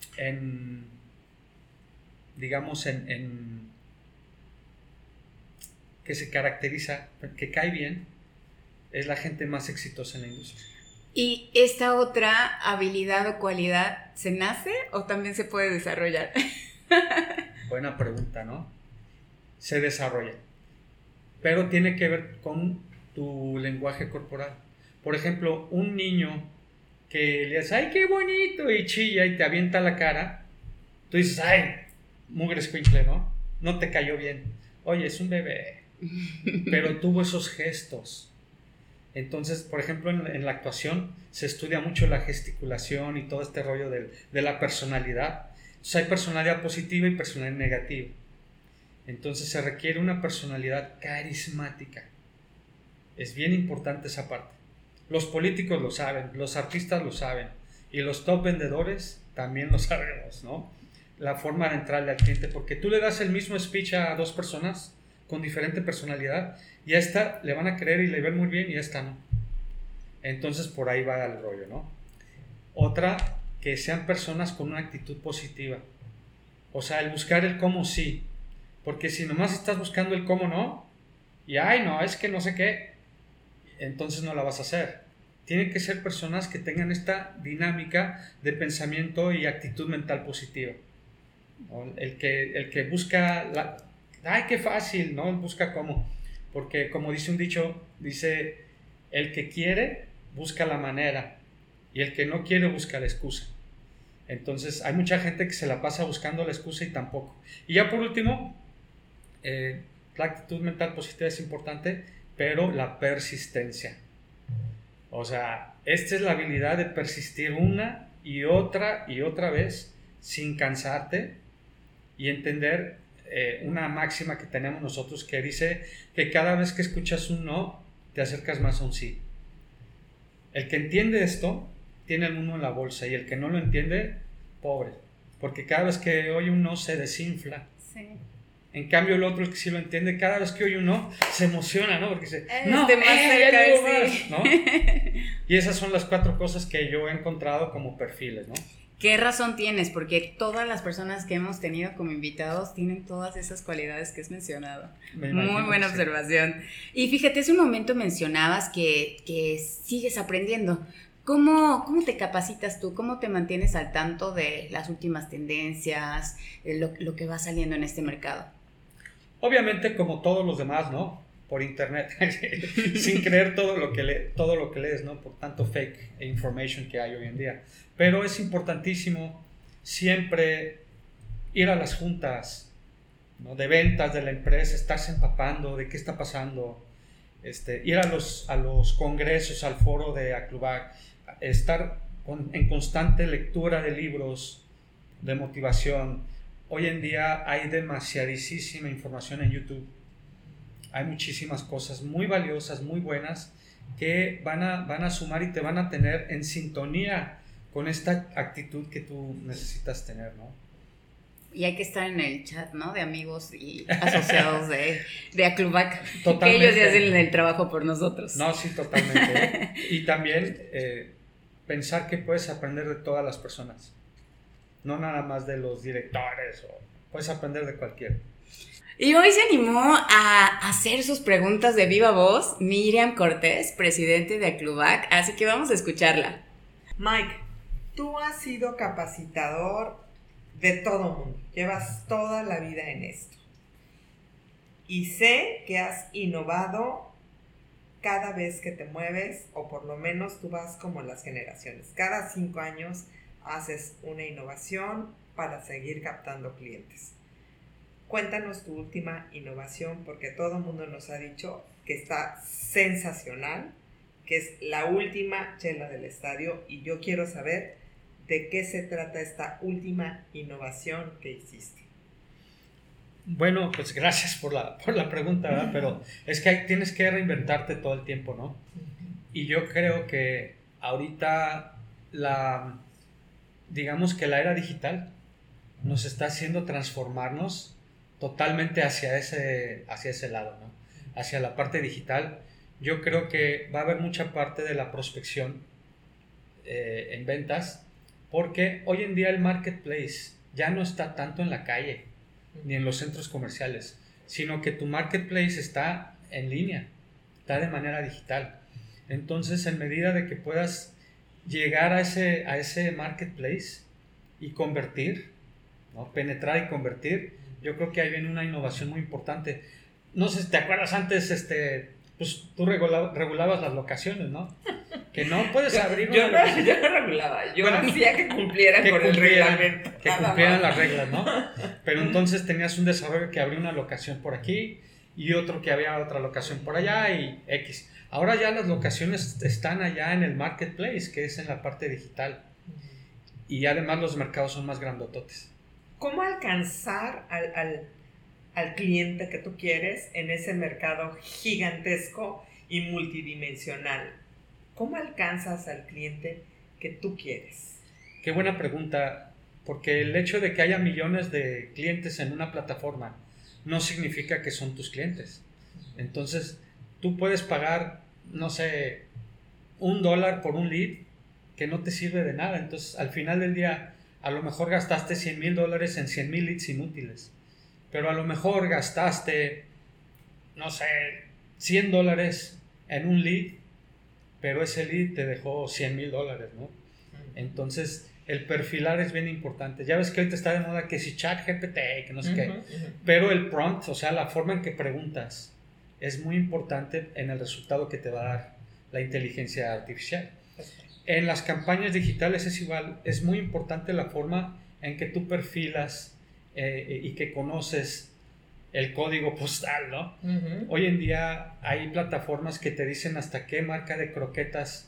que se caracteriza, que cae bien, es la gente más exitosa en la industria. ¿Y esta otra habilidad o cualidad se nace o también se puede desarrollar? Buena pregunta, ¿no? Se desarrolla, pero tiene que ver con tu lenguaje corporal. Por ejemplo, un niño que le dices, ¡ay, qué bonito! Y chilla y te avienta la cara, tú dices, ¡ay, mugre escuincle!, ¿no? No te cayó bien. Oye, es un bebé, pero tuvo esos gestos. Entonces, por ejemplo, en la actuación se estudia mucho la gesticulación y todo este rollo de la personalidad. Entonces, hay personalidad positiva y personalidad negativa. Entonces, se requiere una personalidad carismática. Es bien importante esa parte. Los políticos lo saben, los artistas lo saben y los top vendedores también lo sabemos, ¿no? La forma de entrarle al cliente, porque tú le das el mismo speech a dos personas con diferente personalidad y a esta le van a creer y le ven muy bien y a esta no. Entonces por ahí va el rollo, ¿no? Otra, que sean personas con una actitud positiva. O sea, el buscar el cómo sí. Porque si nomás estás buscando el cómo no, y ay no, es que no sé qué, entonces no la vas a hacer. Tienen que ser personas que tengan esta dinámica de pensamiento y actitud mental positiva, ¿no? El que busca ay, qué fácil, ¿no? Busca cómo. Porque como dice un dicho, dice, el que quiere busca la manera y el que no quiere busca la excusa. Entonces hay mucha gente que se la pasa buscando la excusa y tampoco. Y ya por último, la actitud mental positiva es importante, pero la persistencia. O sea, esta es la habilidad de persistir una y otra vez sin cansarte y entender una máxima que tenemos nosotros que dice que cada vez que escuchas un no, te acercas más a un sí. El que entiende esto tiene el mundo en la bolsa y el que no lo entiende, pobre, porque cada vez que oye un no se desinfla. Sí. En cambio el otro, el que sí lo entiende, cada vez que oye un no se emociona, ¿no? Porque dice, no, más cerca, sí. ¿No? Y esas son las 4 cosas que yo he encontrado como perfiles, ¿no? ¿Qué razón tienes? Porque todas las personas que hemos tenido como invitados tienen todas esas cualidades que has mencionado. Muy buena observación. Y fíjate, hace un momento mencionabas que sigues aprendiendo. ¿Cómo te capacitas tú? ¿Cómo te mantienes al tanto de las últimas tendencias, de lo que va saliendo en este mercado? Obviamente, como todos los demás, ¿no? Por internet, sin creer todo lo que lees, ¿no? Por tanto fake information que hay hoy en día. Pero es importantísimo siempre ir a las juntas, ¿no? De ventas de la empresa, estarse empapando de qué está pasando, ir a los congresos, al foro de Aclubac, estar en constante lectura de libros de motivación. Hoy en día hay demasiadísima información en YouTube. Hay muchísimas cosas muy valiosas, muy buenas, que van a sumar y te van a tener en sintonía con esta actitud que tú necesitas tener, ¿no? Y hay que estar en el chat, ¿no? De amigos y asociados de Aclubac. Totalmente. Que ellos hacen el trabajo por nosotros. No, sí, totalmente. Y también pensar que puedes aprender de todas las personas. No nada más de los directores. Puedes aprender de cualquiera. Y hoy se animó a hacer sus preguntas de viva voz Miriam Cortés, presidente de Aclubac, así que vamos a escucharla. Mike, tú has sido capacitador de todo mundo, llevas toda la vida en esto. Y sé que has innovado cada vez que te mueves, o por lo menos tú vas como las generaciones. Cada 5 años haces una innovación para seguir captando clientes. Cuéntanos tu última innovación, porque todo el mundo nos ha dicho que está sensacional, que es la última chela del estadio, y yo quiero saber de qué se trata esta última innovación que hiciste. Bueno, pues gracias por la pregunta, ¿verdad? Pero es que tienes que reinventarte todo el tiempo, ¿no? Y yo creo que ahorita digamos que la era digital nos está haciendo transformarnos totalmente hacia ese lado, ¿no? Hacia la parte digital. Yo creo que va a haber mucha parte de la prospección en ventas, porque hoy en día el marketplace ya no está tanto en la calle ni en los centros comerciales, sino que tu marketplace está en línea, está de manera digital. Entonces, en medida de que puedas llegar a ese marketplace y convertir, ¿no? Penetrar y convertir, yo creo que ahí viene una innovación muy importante. No sé si te acuerdas antes, pues tú regulabas las locaciones, ¿no? Que no puedes abrir yo no regulaba, yo hacía que cumplieran con el reglamento. Que cumplieran las reglas, ¿no? Pero entonces tenías un desarrollo que abría una locación por aquí y otro que había otra locación por allá y X. Ahora ya las locaciones están allá en el marketplace, que es en la parte digital. Y además los mercados son más grandototes. ¿Cómo alcanzar al cliente que tú quieres en ese mercado gigantesco y multidimensional? ¿Cómo alcanzas al cliente que tú quieres? Qué buena pregunta, porque el hecho de que haya millones de clientes en una plataforma no significa que son tus clientes. Entonces, tú puedes pagar, no sé, $1 por un lead que no te sirve de nada. Entonces, al final del día, a lo mejor gastaste $100,000 en 100,000 leads inútiles. Pero a lo mejor gastaste, no sé, $100 en un lead, pero ese lead te dejó $100,000, ¿no? Entonces, el perfilar es bien importante. Ya ves que ahorita está de moda que si ChatGPT, que no sé qué. Pero el prompt, o sea, la forma en que preguntas, es muy importante en el resultado que te va a dar la inteligencia artificial. En las campañas digitales es igual. Es muy importante la forma en que tú perfilas y que conoces el código postal, ¿no? Hoy en día hay plataformas que te dicen hasta qué marca de croquetas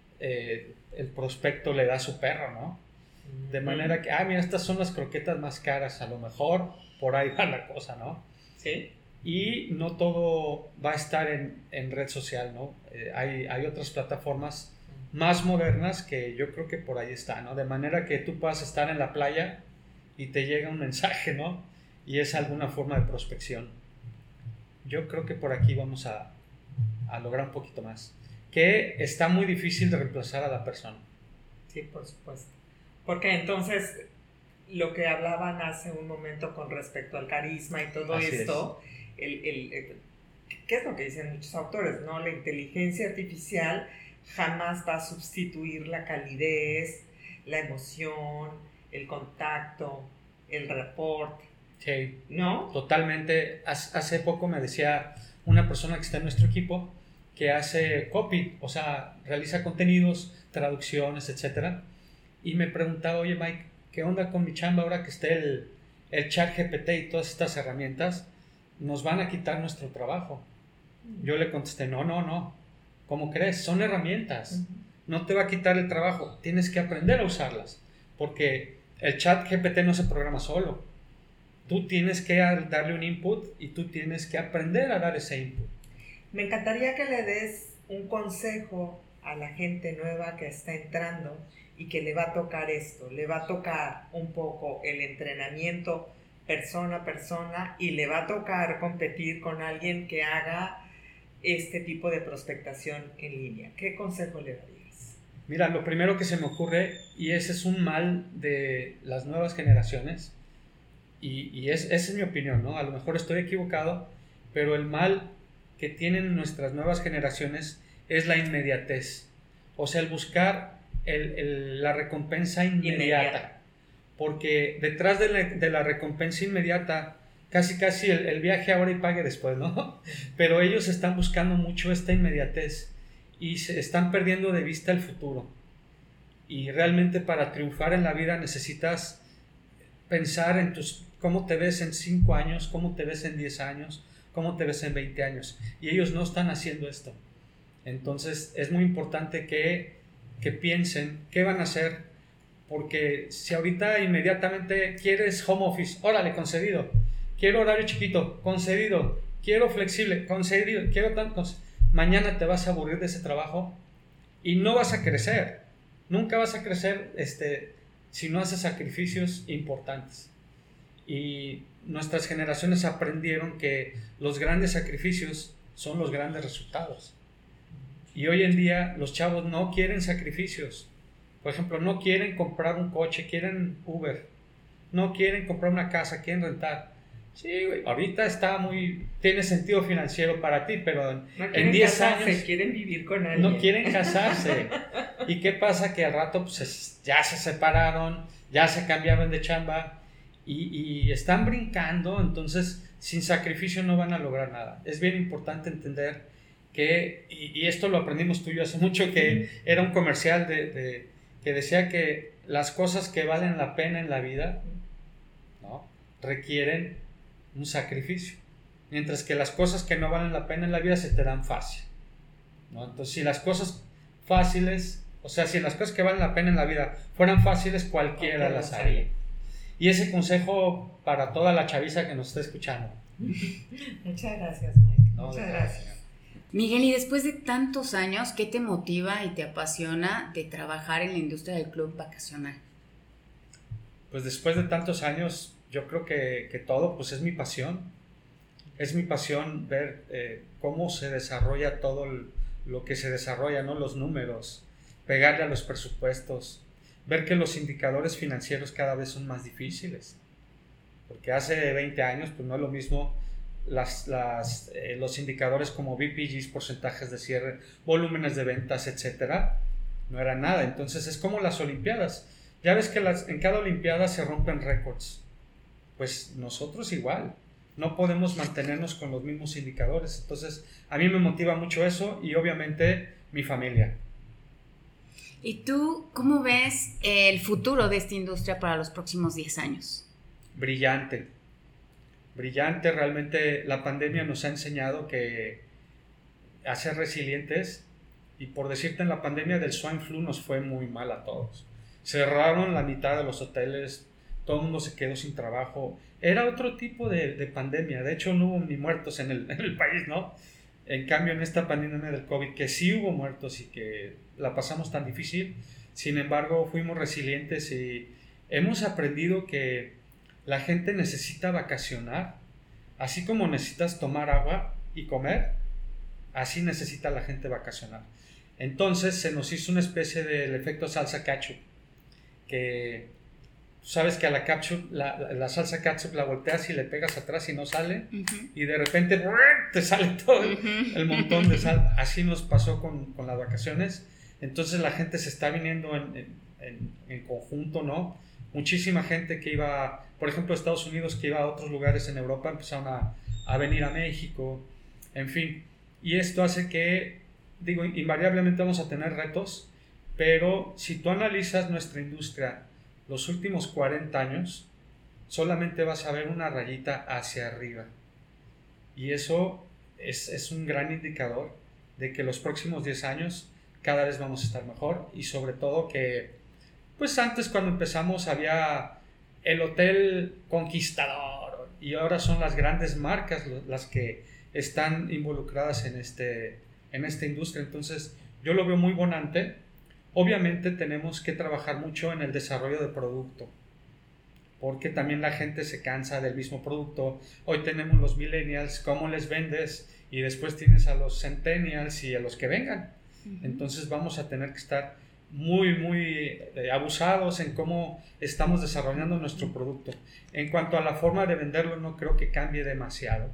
el prospecto le da a su perro, ¿no? De manera que, mira, estas son las croquetas más caras, a lo mejor por ahí va la cosa, ¿no? Sí. Y no todo va a estar en red social, ¿no? Hay otras plataformas más modernas que yo creo que por ahí están, ¿no? De manera que tú puedas estar en la playa y te llega un mensaje, ¿no? Y es alguna forma de prospección. Yo creo que por aquí vamos a lograr un poquito más. Que está muy difícil de reemplazar a la persona. Sí, por supuesto. Porque entonces, lo que hablaban hace un momento con respecto al carisma y todo Así esto, ¿qué es lo que dicen muchos autores, ¿no? La inteligencia artificial jamás va a sustituir la calidez, la emoción, el contacto, el rapport. Sí, ¿no? Totalmente. Hace poco me decía una persona que está en nuestro equipo que hace copy, o sea, realiza contenidos, traducciones, etc. Y me preguntaba, oye Mike, ¿qué onda con mi chamba ahora que esté el ChatGPT y todas estas herramientas? Nos van a quitar nuestro trabajo. Yo le contesté, no. ¿Cómo crees? Son herramientas. No te va a quitar el trabajo. Tienes que aprender a usarlas. Porque el ChatGPT no se programa solo. Tú tienes que darle un input y tú tienes que aprender a dar ese input. Me encantaría que le des un consejo a la gente nueva que está entrando y que le va a tocar esto. Le va a tocar un poco el entrenamiento persona a persona y le va a tocar competir con alguien que haga este tipo de prospectación en línea. ¿Qué consejo le darías? Mira, lo primero que se me ocurre, y ese es un mal de las nuevas generaciones, y esa es mi opinión, ¿no? A lo mejor estoy equivocado, pero el mal que tienen nuestras nuevas generaciones es la inmediatez. O sea, el buscar la recompensa inmediata. Porque detrás de la recompensa inmediata, casi el viaje ahora y pague después, ¿no? Pero ellos están buscando mucho esta inmediatez y se están perdiendo de vista el futuro. Y realmente para triunfar en la vida necesitas pensar en cómo te ves en 5 años, cómo te ves en 10 años, cómo te ves en 20 años. Y ellos no están haciendo esto. Entonces es muy importante que piensen qué van a hacer, porque si ahorita inmediatamente quieres home office, órale, concedido. quiero horario chiquito, concedido, quiero flexible, concedido, quiero tanto. Mañana te vas a aburrir de ese trabajo y no vas a crecer. Nunca vas a crecer si no haces sacrificios importantes. Y nuestras generaciones aprendieron que los grandes sacrificios son los grandes resultados. Y hoy en día los chavos no quieren sacrificios. Por ejemplo, no quieren comprar un coche, quieren Uber. No quieren comprar una casa, quieren rentar. Sí, güey, ahorita tiene sentido financiero para ti, pero en 10 años quieren vivir con alguien. no quieren casarse. ¿Y qué pasa? Que al rato pues, ya se separaron, ya se cambiaron de chamba y están brincando, entonces sin sacrificio no van a lograr nada. Es bien importante entender que, y esto lo aprendimos tú y yo hace mucho, que era un comercial que decía que las cosas que valen la pena en la vida, ¿no?, requieren un sacrificio, mientras que las cosas que no valen la pena en la vida se te dan fácil, ¿no? Entonces, si las cosas fáciles, o sea, si las cosas que valen la pena en la vida fueran fáciles, cualquiera las haría. Y ese consejo para toda la chaviza que nos está escuchando. Muchas gracias, Mike. No, Muchas gracias. Miguel, y después de tantos años, ¿qué te motiva y te apasiona de trabajar en la industria del club vacacional? Pues después de tantos años, yo creo que todo, pues es mi pasión. Es mi pasión ver cómo se desarrolla todo lo que se desarrolla, ¿no? Los números, pegarle a los presupuestos, ver que los indicadores financieros cada vez son más difíciles. Porque hace 20 años, pues no es lo mismo los indicadores como VPGs, porcentajes de cierre, volúmenes de ventas, etcétera, no era nada. Entonces es como las Olimpiadas. Ya ves que en cada Olimpiada se rompen récords. Pues nosotros igual. No podemos mantenernos con los mismos indicadores. Entonces, a mí me motiva mucho eso y obviamente mi familia. ¿Y tú cómo ves el futuro de esta industria para los próximos 10 años? Brillante. Brillante, realmente la pandemia nos ha enseñado a ser resilientes, y por decirte, en la pandemia del swine flu nos fue muy mal a todos. Cerraron la mitad de los hoteles, todo el mundo se quedó sin trabajo. Era otro tipo de pandemia, de hecho no hubo ni muertos en el país, ¿no? En cambio, en esta pandemia del COVID, que sí hubo muertos y que la pasamos tan difícil, sin embargo fuimos resilientes y hemos aprendido que la gente necesita vacacionar, así como necesitas tomar agua y comer, así necesita la gente vacacionar. Entonces se nos hizo una especie del efecto salsa ketchup, que sabes que a la ketchup, la salsa ketchup la volteas y le pegas atrás y no sale, y de repente te sale todo el montón de sal. Así nos pasó con las vacaciones. Entonces la gente se está viniendo en conjunto, ¿no? Muchísima gente que iba, por ejemplo, a Estados Unidos, que iba a otros lugares en Europa, empezaron a venir a México, en fin. Y esto hace que, invariablemente vamos a tener retos, pero si tú analizas nuestra industria los últimos 40 años, solamente vas a ver una rayita hacia arriba. Y eso es un gran indicador de que los próximos 10 años cada vez vamos a estar mejor, y sobre todo que pues antes, cuando empezamos, había el hotel conquistador y ahora son las grandes marcas las que están involucradas en esta industria. Entonces yo lo veo muy bonante. Obviamente tenemos que trabajar mucho en el desarrollo de producto, porque también la gente se cansa del mismo producto. Hoy tenemos los millennials, ¿cómo les vendes? Y después tienes a los centennials y a los que vengan. Entonces vamos a tener que estar muy abusados en cómo estamos desarrollando nuestro producto. En cuanto a la forma de venderlo, no creo que cambie demasiado.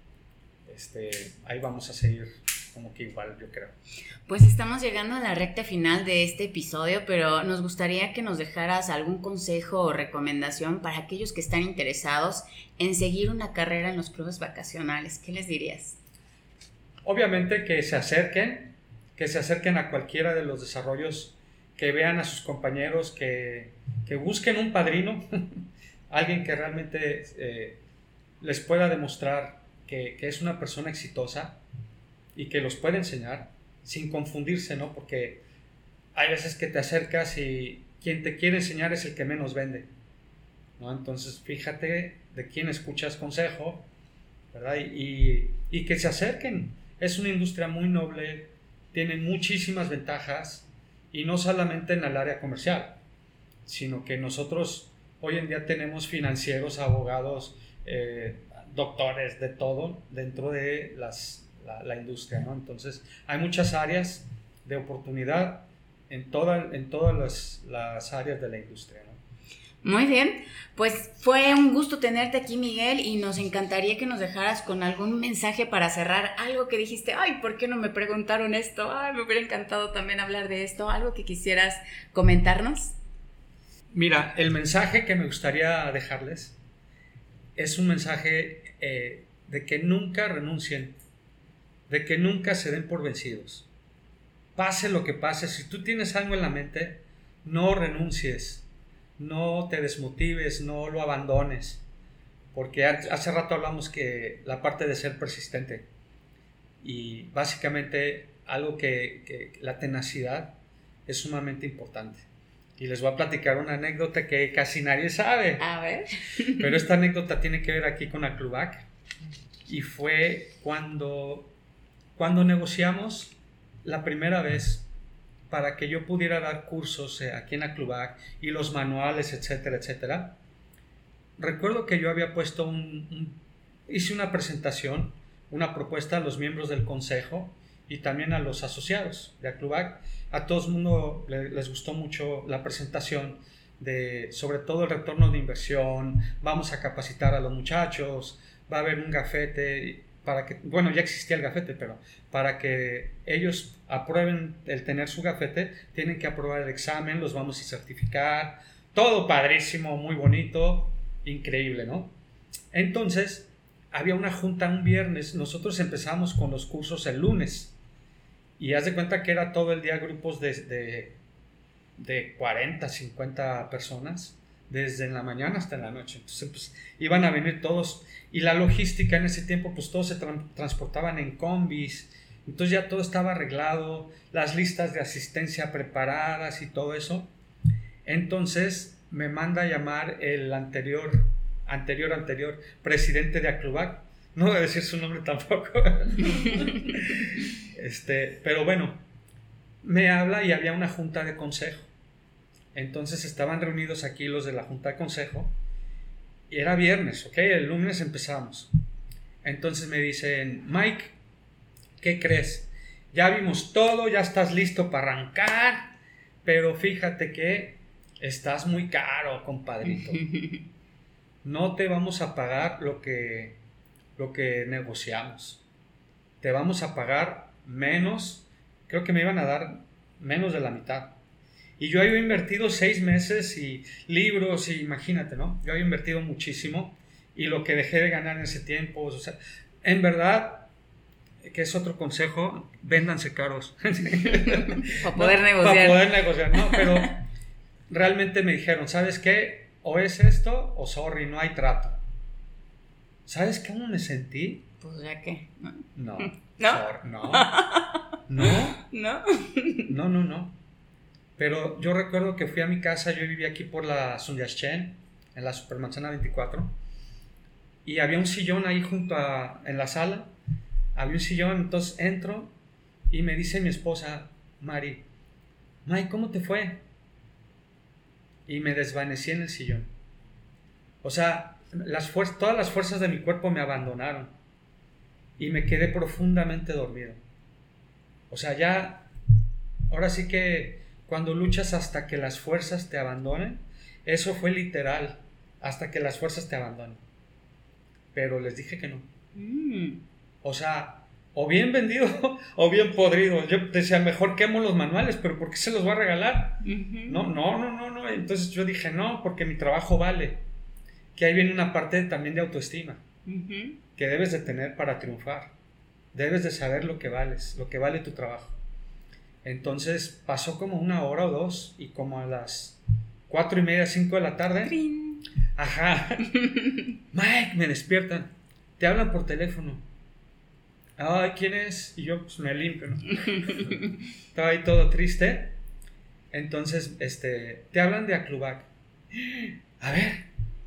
Ahí vamos a seguir como que igual, yo creo. Pues estamos llegando a la recta final de este episodio, pero nos gustaría que nos dejaras algún consejo o recomendación para aquellos que están interesados en seguir una carrera en los clubes vacacionales. ¿Qué les dirías? Obviamente que se acerquen a cualquiera de los desarrollos, que vean a sus compañeros, que busquen un padrino, alguien que realmente les pueda demostrar que es una persona exitosa y que los puede enseñar sin confundirse, ¿no? Porque hay veces que te acercas y quien te quiere enseñar es el que menos vende. ¿no? Entonces, fíjate de quién escuchas consejo, ¿verdad? Y que se acerquen. Es una industria muy noble, tiene muchísimas ventajas, y no solamente en el área comercial, sino que nosotros hoy en día tenemos financieros, abogados, doctores, de todo dentro de la industria, ¿no? Entonces hay muchas áreas de oportunidad en todas las áreas de la industria, ¿no? Muy bien, pues fue un gusto tenerte aquí, Miguel, y nos encantaría que nos dejaras con algún mensaje para cerrar, algo que dijiste, ay, ¿por qué no me preguntaron esto? Ay, me hubiera encantado también hablar de esto, algo que quisieras comentarnos. Mira, el mensaje que me gustaría dejarles es un mensaje de que nunca renuncien, de que nunca se den por vencidos. Pase lo que pase, si tú tienes algo en la mente, no renuncies, no te desmotives, no lo abandones, porque hace rato hablamos que la parte de ser persistente, y básicamente algo que la tenacidad es sumamente importante. Y les voy a platicar una anécdota que casi nadie sabe. A ver. Pero esta anécdota tiene que ver aquí con Acluvac. Y fue cuando negociamos la primera vez para que yo pudiera dar cursos aquí en Acluvac y los manuales, etcétera, etcétera. Recuerdo que yo había puesto hice una presentación, una propuesta a los miembros del consejo y también a los asociados de Acluvac. A todo el mundo les gustó mucho la presentación sobre todo el retorno de inversión. Vamos a capacitar a los muchachos, va a haber un gafete para que, bueno, ya existía el gafete, pero para que ellos aprueben el tener su gafete, tienen que aprobar el examen, los vamos a certificar, todo padrísimo, muy bonito, increíble, ¿no? Entonces, había una junta un viernes, nosotros empezamos con los cursos el lunes, y haz de cuenta que era todo el día grupos de 40, 50 personas, desde en la mañana hasta en la noche. Entonces, pues, iban a venir todos, y la logística en ese tiempo, pues todos se transportaban en combis, entonces ya todo estaba arreglado, las listas de asistencia preparadas y todo eso. Entonces me manda a llamar el anterior presidente de Acluvac, no voy a decir su nombre tampoco. Pero bueno, me habla y había una junta de consejo. Entonces estaban reunidos aquí los de la junta de consejo y era viernes, ¿ok? El lunes empezamos. Entonces me dicen, Mike, ¿qué crees? Ya vimos todo, ya estás listo para arrancar, pero fíjate que estás muy caro, compadrito. No te vamos a pagar lo que negociamos. Te vamos a pagar menos, creo que me iban a dar menos de la mitad. Y yo había invertido 6 meses y libros, y imagínate, ¿no? Yo había invertido muchísimo y lo que dejé de ganar en ese tiempo, o sea, en verdad, que es otro consejo, véndanse caros. Para poder negociar. Para poder negociar, ¿no? Pero realmente me dijeron, ¿sabes qué? O es esto o sorry, no hay trato. ¿Sabes cómo me sentí? Pues ya que. No. ¿No? No. Pero yo recuerdo que fui a mi casa, yo vivía aquí por la Sun Yat-sen, en la Supermanzana 24, y había un sillón ahí en la sala, había un sillón, entonces entro y me dice mi esposa, Mike, ¿cómo te fue? Y me desvanecí en el sillón. O sea, todas las fuerzas de mi cuerpo me abandonaron y me quedé profundamente dormido. O sea, ya, ahora sí que cuando luchas hasta que las fuerzas te abandonen, eso fue literal, hasta que las fuerzas te abandonen. Pero les dije que no. O sea, o bien vendido o bien podrido. Yo decía, mejor quemo los manuales, pero ¿por qué se los voy a regalar? No. Entonces yo dije, no, porque mi trabajo vale. Que ahí viene una parte también de autoestima, que debes de tener para triunfar. Debes de saber lo que vales, lo que vale tu trabajo. Entonces pasó como 1 hora o 2 y como a las 4:30, 5 de la tarde, ¡Trin! Ajá, Mike, me despiertan, te hablan por teléfono. Ay, ¿quién es? Y yo pues me limpio, ¿no? Estaba ahí todo triste. Entonces, te hablan de Acluvac. A ver,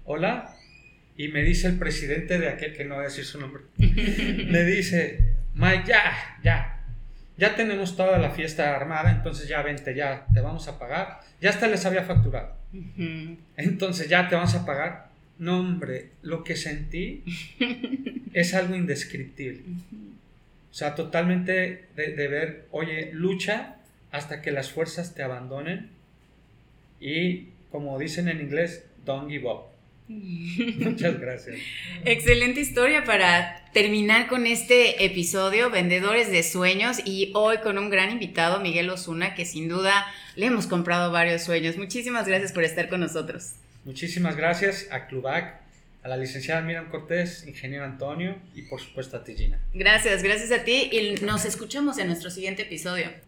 hola, y me dice el presidente de aquel, que no voy a decir su nombre, me dice, Mike, ya tenemos toda la fiesta armada, entonces ya vente, ya te vamos a pagar. Ya hasta les había facturado. Entonces ya te vamos a pagar. No, hombre, lo que sentí es algo indescriptible. O sea, totalmente de ver, oye, lucha hasta que las fuerzas te abandonen y, como dicen en inglés, don't give up. Muchas gracias. Excelente historia para terminar con este episodio, Vendedores de Sueños, y hoy con un gran invitado, Miguel Osuna, que sin duda le hemos comprado varios sueños. Muchísimas gracias por estar con nosotros. Muchísimas gracias a Clubac, a la licenciada Miriam Cortés, ingeniero Antonio y por supuesto a ti, Gina. Gracias a ti y nos escuchamos en nuestro siguiente episodio.